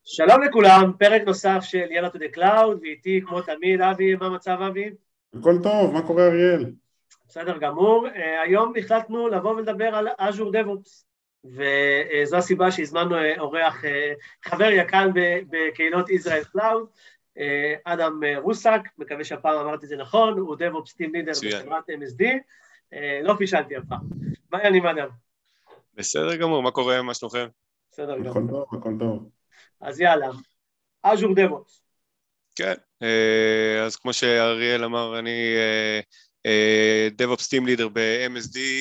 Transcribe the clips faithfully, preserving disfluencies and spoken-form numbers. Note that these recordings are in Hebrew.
שלום לכולם, פרק נוסף של יאללה to the cloud, ואיתי כמו תמיד, אבי, מה מצב אבי? הכל טוב, מה קורה אריאל? בסדר גמור, היום החלטנו לבוא ולדבר על Azure DevOps, וזו הסיבה שהזמנו אורח חבר יקר בקהילות ישראל Cloud, אדם רוסק, מקווה שהפעם אמרתי את זה נכון, הוא DevOps Team Leader בחברת אם אס די, לא פישלתי הפעם. מה העניינים אדם? בסדר גמור, מה קורה, מה שלומכם? בסדר גמור. הכל טוב, הכל טוב. אז יאללה, Azure DevOps. כן, אז כמו שאריאל אמר, אני DevOps Team Leader ב-אם אס די,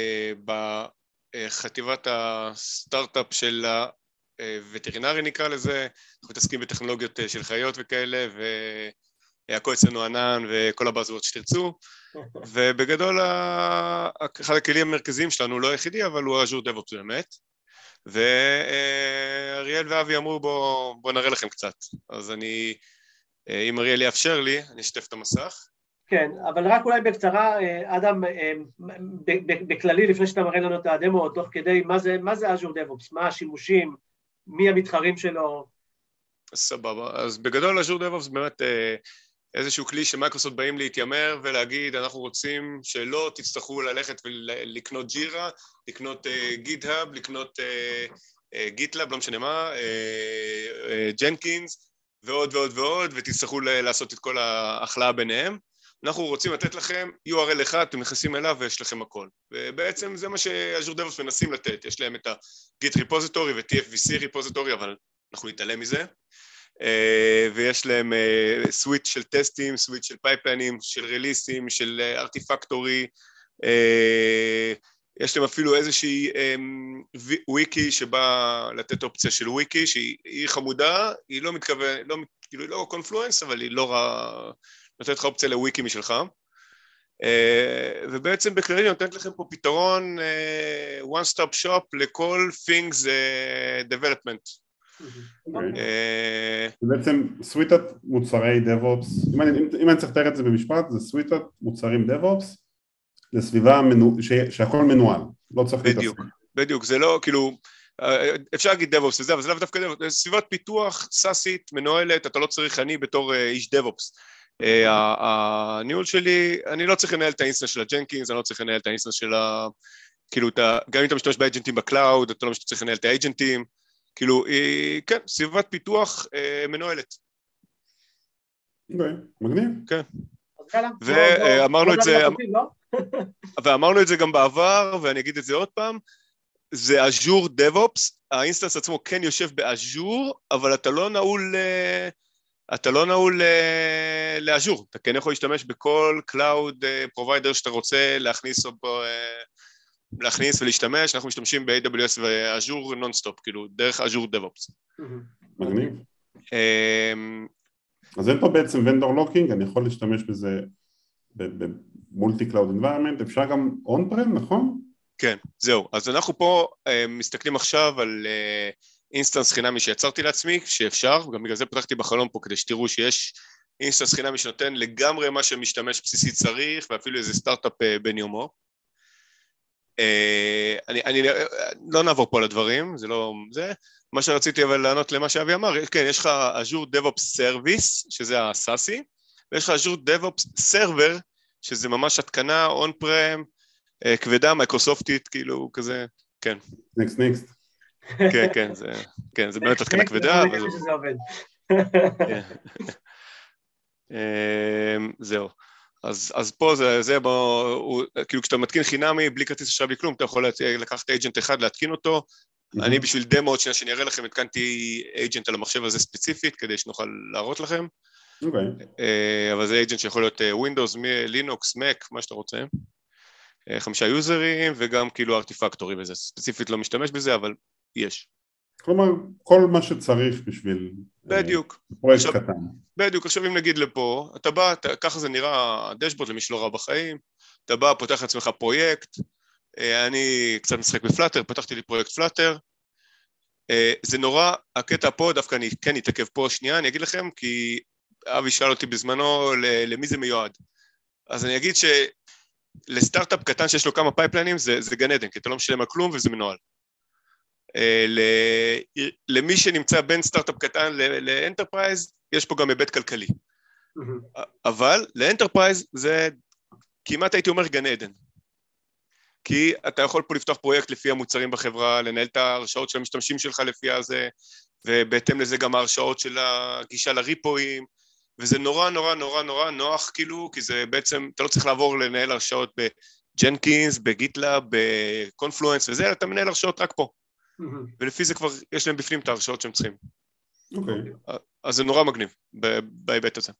בחטיבת הסטארט-אפ של הווטרינרי נקרא לזה, אנחנו מתעסקים בטכנולוגיות של חיות וכאלה, והכל אצלנו ענן וכל הבאזוורד שתרצו, ובגדול אחד הכלים המרכזיים שלנו, לא היחידי, אבל הוא Azure DevOps באמת, ואריאל ואבי אמרו בוא, בוא נראה לכם קצת, אז אני, אם אריאל יאפשר לי, אני אשתף את המסך. כן, אבל רק אולי בקצרה, אדם, בכללי לפני שאתה מראה לנו את הדמו, תוך כדי, מה זה, מה זה Azure DevOps, מה השימושים, מי המתחרים שלו? סבבה, אז בגדול Azure DevOps באמת איזשהו כלי שמייקרוסופט באים להתיימר ולהגיד אנחנו רוצים שלא תצטרכו ללכת ולקנות ג'ירה, לקנות גיט-האב, לקנות גיט-לאב, לא משנה מה, ג'נקינס ועוד ועוד ועוד, ותצטרכו לעשות את כל ההחלאה ביניהם. אנחנו רוצים לתת לכם יו אר אל אחד, אתם נכנסים אליו ויש לכם הכל. ובעצם זה מה ש-Azure DevOps מנסים לתת, יש להם את ה-Git repository ו-טי אף וי סי repository, אבל אנחנו נתעלם מזה. ויש להם סוויט של טסטים, סוויט של פייפליינים, של ריליסים, של ארטיפקטורי, יש להם אפילו איזושהי וויקי שבא לתת אופציה של וויקי, שהיא חמודה, היא לא מתכוון, לא, כאילו היא לא קונפלואנס, אבל היא לא רע, נותנת לך אופציה לוויקי משלך, ובעצם בכללי נותנת לכם פה פתרון one stop shop לכל things development. זה בעצם סוויטת מוצרי DevOps, אם אני צריך לתאר את זה במשפט, זה סוויטת מוצרים DevOps לסביבה שהכל מנוהל, לא צריך להתעסק. בדיוק, בדיוק, זה לא כאילו, אפשר להגיד DevOps וזה, אבל זה לאו דווקא DevOps, זה סביבת פיתוח סאסית מנוהלת, אתה לא צריך, אני בתור איש DevOps, הניהול שלי, אני לא צריך לנהל את האינסטנס של הג'נקינס, אני לא צריך לנהל את האינסטנס של ה... כאילו, גם אם אתה משתמש באג'נטים בקלאוד, אתה לא צריך לנהל את האג'נטים, כאילו, כן, סביבת פיתוח מנוהלת. אוקיי, מגניב. כן. ואמרנו את זה, ואמרנו את זה גם בעבר, ואני אגיד את זה עוד פעם, זה Azure DevOps, האינסטנס עצמו כן יושב באז'ור, אבל אתה לא נעול, אתה לא נעול לאז'ור, אתה כן יכול להשתמש בכל קלאוד פרוביידר שאתה רוצה להכניס בו, להכניס ולהשתמש, אנחנו משתמשים ב-איי דאבליו אס ו-Azure נונסטופ, כאילו, דרך Azure DevOps. מגניב. אז אין פה בעצם ונדור לוקינג, אני יכול להשתמש בזה במולטי קלאוד אנביירמנט, אפשר גם און פרם, נכון? כן, זהו. אז אנחנו פה מסתכלים עכשיו על אינסטנס חינמי שיצרתי לעצמי, שאפשר, וגם בגלל זה פתחתי בחלום פה כדי שתראו שיש אינסטנס חינמי שנותן לגמרי מה שמשתמש בסיסי צריך, ואפילו איזה סטארט-אפ בין יומו. אני, אני לא נעבור פה על הדברים, זה לא זה, מה שרציתי אבל לענות למה שאבי אמר, כן, יש לך Azure DevOps Service, שזה הסאסי, ויש לך Azure DevOps Server, שזה ממש התקנה on-prem, כבדה, מייקרוסופטית, כאילו, כזה, כן. נקסט, נקסט. כן, כן, זה, כן, זה באמת התקנה כבדה. אני חושב שזה עובד. זהו. אז, אז פה זה, זה בו, הוא, כאילו כשאתה מתקין חינמי, בלי כרטיס אשראי בלי כלום, אתה יכול לקחת אייג'נט אחד, להתקין אותו, mm-hmm. אני בשביל דמו עוד שנייה שאני אראה לכם, התקנתי אייג'נט על המחשב הזה ספציפית, כדי שנוכל להראות לכם, okay. אבל זה אייג'נט שיכול להיות Windows, לינוקס, Mac, מה שאתה רוצה, חמישה יוזרים, וגם כאילו ארטיפקטורי וזה, ספציפית לא משתמש בזה, אבל יש. כלומר, כל מה שצריך בשביל בדיוק. פרויקט קטן. בדיוק, עכשיו אם נגיד לפה, אתה בא, אתה, ככה זה נראה הדשבורד למי שלא ראה בחיים, אתה בא, פותח לעצמך פרויקט, אני קצת משחק בפלאטר, פתחתי לי פרויקט פלאטר, זה נורא, הקטע פה, דווקא אני כן אתעכב פה שנייה, אני אגיד לכם, כי אבי שאל אותי בזמנו למי זה מיועד, אז אני אגיד שלסטארט-אפ קטן שיש לו כמה פייפליינים, זה, זה גן עדן, כי אתה לא משלם על כלום וזה מנוהל. למי שנמצא בין סטארט-אפ קטן לאנטרפרייז, יש פה גם היבט כלכלי. אבל לאנטרפרייז זה כמעט הייתי אומר גן עדן. כי אתה יכול פה לפתוח פרויקט לפי המוצרים בחברה, לנהל את ההרשאות של המשתמשים שלך לפי הזה, ובהתאם לזה גם ההרשאות של הגישה לריפואים, וזה נורא נורא נורא נורא נוח כאילו, כי זה בעצם, אתה לא צריך לעבור לנהל הרשאות בג'נקינס, בגיטלאב, בקונפלואנס וזה, אתה מנהל הרשאות רק פה. ולפי זה כבר יש להם בפנים את ההרשאות שהם צריכים. אוקיי. אז זה נורא מגניב בהיבט הזה.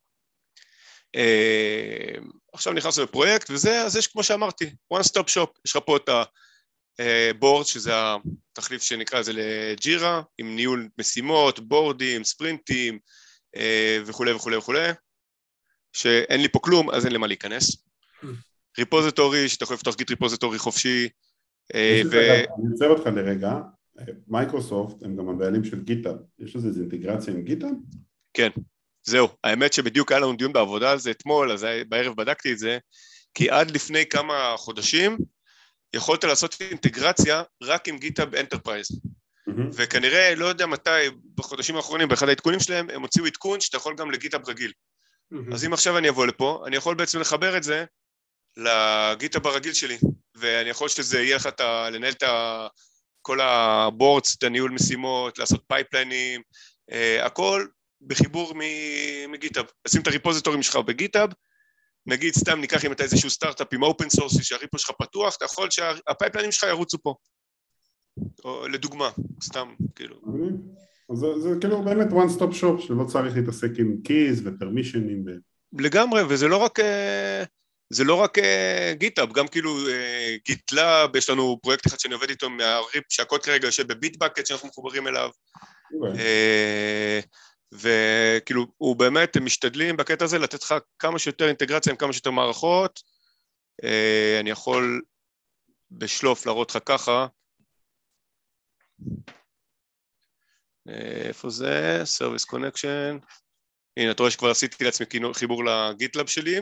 עכשיו נכנסנו לפרויקט וזה, אז יש כמו שאמרתי, one stop shop, יש לך פה את הבורד, שזה התחליף שנקרא לזה לג'ירה, עם ניהול משימות, בורדים, ספרינטים וכו' וכו' וכו', שאין לי פה כלום, אז אין למה להיכנס. ריפוזיטורי, שאתה יכול לפתוח גיט ריפוזיטורי חופשי. אני עוצר אותך לרגע, מייקרוסופט הם גם הבעלים של גיטאב, יש לזה אינטגרציה עם גיטאב? כן. זהו, האמת שבדיוק היה לנו דיון בעבודה על זה אתמול, אז בערב בדקתי את זה, כי עד לפני כמה חודשים יכולת לעשות אינטגרציה רק עם גיטאב אנטרפרייז. וכנראה, לא יודע מתי, בחודשים האחרונים, באחד העדכונים שלהם, הם הוציאו עדכון שאתה יכול גם לגיטאב רגיל. אז אם עכשיו אני אבוא לפה, אני יכול בעצם לחבר את זה לגיטאב הרגיל שלי, ואני יכול שזה יהיה לך לנהל את כל הבורדס, את הניהול משימות, לעשות פייפליינים, הכל, בחיבור מגיטאב, לשים את הריפוזיטורים שלך בגיטאב, נגיד סתם ניקח אם אתה איזשהו סטארט-אפ עם אופן סורס שהריפו שלך פתוח, אתה יכול שהפייפליינים שלך ירוצו פה, או לדוגמה, סתם, כאילו. אז זה כאילו באמת one stop shop, שלא צריך להתעסק עם keys ופרמישנים. לגמרי, וזה לא רק, זה לא רק גיטאב, גם כאילו גיטלאב, יש לנו פרויקט אחד שאני עובד איתו מהריפ, שהקוד כרגע יושב בביטבקט שאנחנו מחוברים אליו, וכאילו, הוא באמת, הם משתדלים בקטע הזה לתת לך כמה שיותר אינטגרציה עם כמה שיותר מערכות. אני יכול בשלוף להראות לך ככה. איפה זה? Service Connection. הנה, אתה רואה שכבר עשיתי לעצמי חיבור לגיטלאב שלי.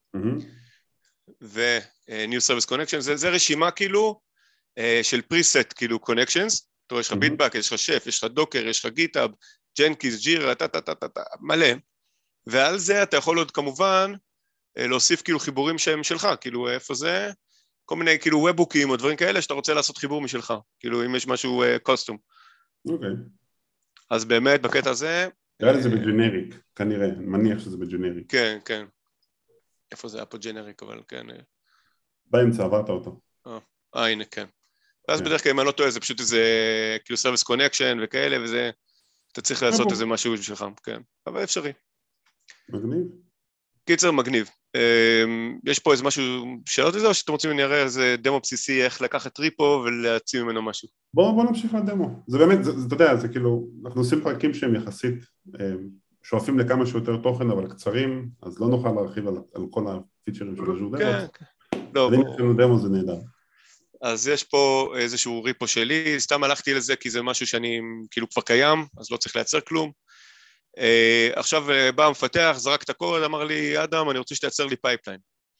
ו-New Service Connection, זה, זה רשימה כאילו של preset כאילו connections. אתה רואה, יש לך ביטבק, יש לך שף, יש לך דוקר, יש לך גיטאב, ג'נקיס, ג'ירה, טה-טה-טה-טה, מלא. ועל זה אתה יכול עוד כמובן להוסיף כאילו חיבורים שהם שלך, כאילו איפה זה? כל מיני כאילו וובוקים או דברים כאלה שאתה רוצה לעשות חיבור משלך, כאילו אם יש משהו קוסטום. אוקיי. אז באמת בקטע הזה... נראה לי זה בג'נריק, כנראה, מניח שזה בג'נריק. כן, כן. איפה זה היה פה ג'נריק, אבל כן. באמצע עברת אותו. אה, הנה, כן. ואז בדרך כלל אם אני לא טועה, זה פשוט איזה כאילו Service Connection וכאלה, וזה... אתה צריך לעשות איזה משהו שלך, כן, אבל אפשרי. מגניב. קיצר, מגניב. יש פה איזה משהו, שאלות לזה, או שאתם רוצים לנראה איזה דמו בסיסי, איך לקחת ריפו ולהציע ממנו משהו? בואו בוא נמשיך לדמו. זה באמת, זה, אתה יודע, זה כאילו, אנחנו עושים פרקים שהם יחסית, שואפים לכמה שיותר תוכן, אבל קצרים, אז לא נוכל להרחיב על, על כל הפיצ'רים של Azure DevOps. כן, כן. לא, אבל אם יש לנו דמו זה נהדר. אז יש פה איזשהו ריפו שלי, סתם הלכתי לזה כי זה משהו שאני כאילו כבר קיים, אז לא צריך לייצר כלום. Uh, עכשיו uh, בא המפתח, זרק את הקוד, אמר לי, אדם, אני רוצה שתייצר לי פייפליין.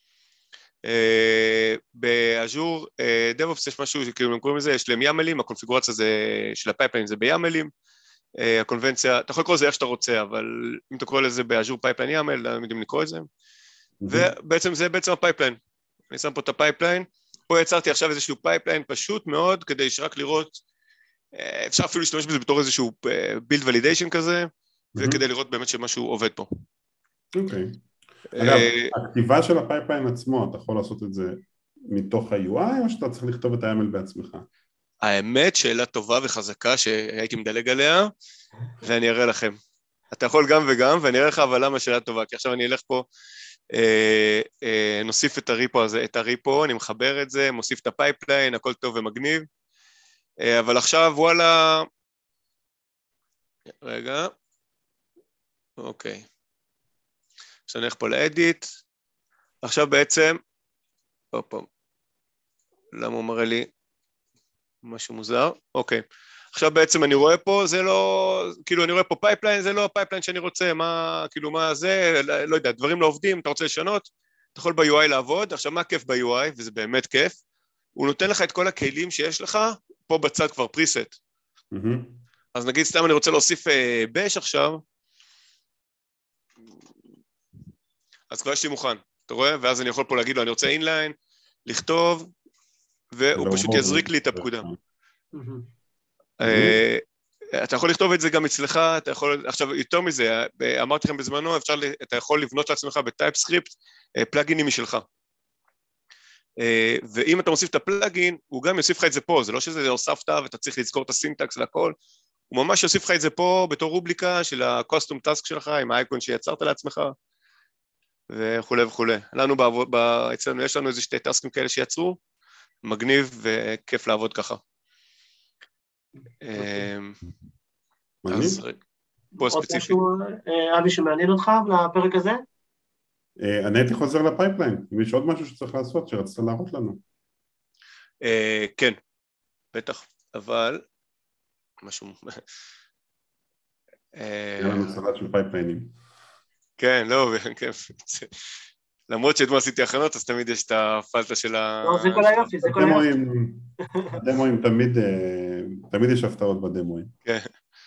Uh, באז'ור uh, DevOps יש משהו שכאילו הם קוראים לזה, יש להם ימלים, הקונפיגורציה זה, של הפייפליין זה בימלים, uh, הקונבנציה, אתה יכול לקרוא לזה איך שאתה רוצה, אבל אם אתה קורא לזה באז'ור פייפליין ימל, לא יודעים לקרוא את זה, mm-hmm. ובעצם זה בעצם הפייפליין. אני שם פה את הפייפליין, פה יצרתי עכשיו איזשהו פייפליין פשוט מאוד, כדי שרק לראות, אפשר אפילו להשתמש בזה בתור איזשהו build validation כזה, וכדי לראות באמת שמשהו עובד פה. אוקיי. אגב, הכתיבה של הפייפליין עצמו, אתה יכול לעשות את זה מתוך ה-יו איי, או שאתה צריך לכתוב את ה-אם אל בעצמך? האמת, שאלה טובה וחזקה שהייתי מדלג עליה, ואני אראה לכם. אתה יכול גם וגם, ואני אראה לך אבל למה שאלה טובה, כי עכשיו אני אלך פה, נוסיף את הריפו הזה, את הריפו, אני מחבר את זה, מוסיף את הפייפליין, הכל טוב ומגניב, אבל עכשיו וואלה, רגע, אוקיי, עכשיו נלך פה לאדיט, עכשיו בעצם, אופה, למה הוא מראה לי משהו מוזר? אוקיי, עכשיו בעצם אני רואה פה, זה לא, כאילו אני רואה פה פייפליין, זה לא הפייפליין שאני רוצה, מה, כאילו מה זה, לא יודע, דברים לא עובדים, אתה רוצה לשנות, אתה יכול ב-יו איי לעבוד, עכשיו מה כיף ב-יו איי, וזה באמת כיף, הוא נותן לך את כל הכלים שיש לך, פה בצד כבר פריסט. אז נגיד סתם אני רוצה להוסיף בש עכשיו, אז כבר יש לי מוכן, אתה רואה? ואז אני יכול פה להגיד לו, אני רוצה אינליין, לכתוב, והוא פשוט יזריק לי את הפקודה. אתה יכול לכתוב את זה גם אצלך, אתה יכול, עכשיו יותר מזה, אמרתי לכם בזמנו, אפשר, אתה יכול לבנות לעצמך בטייפסקריפט פלאגינים משלך. ואם אתה מוסיף את הפלאגין, הוא גם יוסיף לך את זה פה, זה לא שזה הוספת ואתה צריך לזכור את הסינטקס והכל, הוא ממש יוסיף לך את זה פה בתור רובליקה של ה-custom task שלך, עם האייקון שיצרת לעצמך, וכו' וכו'. לנו, אצלנו יש לנו איזה שתי טאסקים כאלה שיצרו, מגניב וכיף לעבוד ככה. אז פה ספציפית. עוד משהו, אבי, שמעניין אותך לפרק הזה? אני הייתי חוזר לפייפליין, אם יש עוד משהו שצריך לעשות, שרצת להראות לנו. כן, בטח, אבל משהו... היה לנו סלט של פייפליינים. כן, לא, למרות שאתמול עשיתי הכנות, אז תמיד יש את הפלטה של ה... לא, זה כל היופי, זה כל היופי. הדמואים תמיד, תמיד יש הפתעות בדמואים. כן.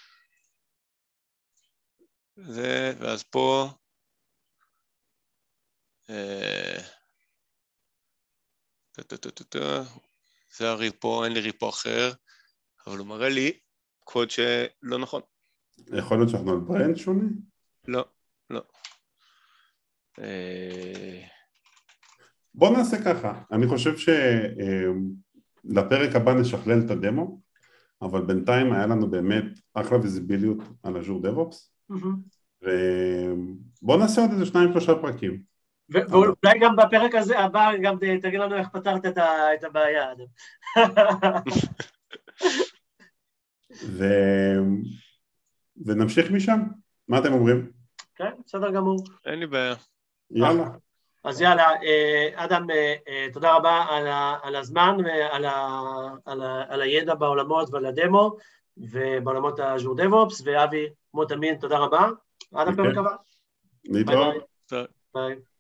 זה, ואז פה... זה הריפו, אין לי ריפו אחר, אבל הוא מראה לי קוד שלא נכון. יכול להיות שאנחנו על ברנד שונה? לא, לא. בוא נעשה ככה, אני חושב שלפרק הבא נשכלל את הדמו, אבל בינתיים היה לנו באמת אחלה ויזיביליות על אז'ור דבופס, ובוא נעשה עוד איזה שניים שלושה פרקים. ואולי גם בפרק הזה הבא גם תגיד לנו איך פתרת את הבעיה. ונמשיך משם, מה אתם אומרים? כן, בסדר גמור. אין לי בעיה. יאללה. אז יאללה, אדם, תודה רבה על הזמן ועל הידע בעולמות ועל הדמו ובעולמות האז'ור דבופס, ואבי, כמו תמיד, תודה רבה. עד הפרק הבא. להתראות. ביי.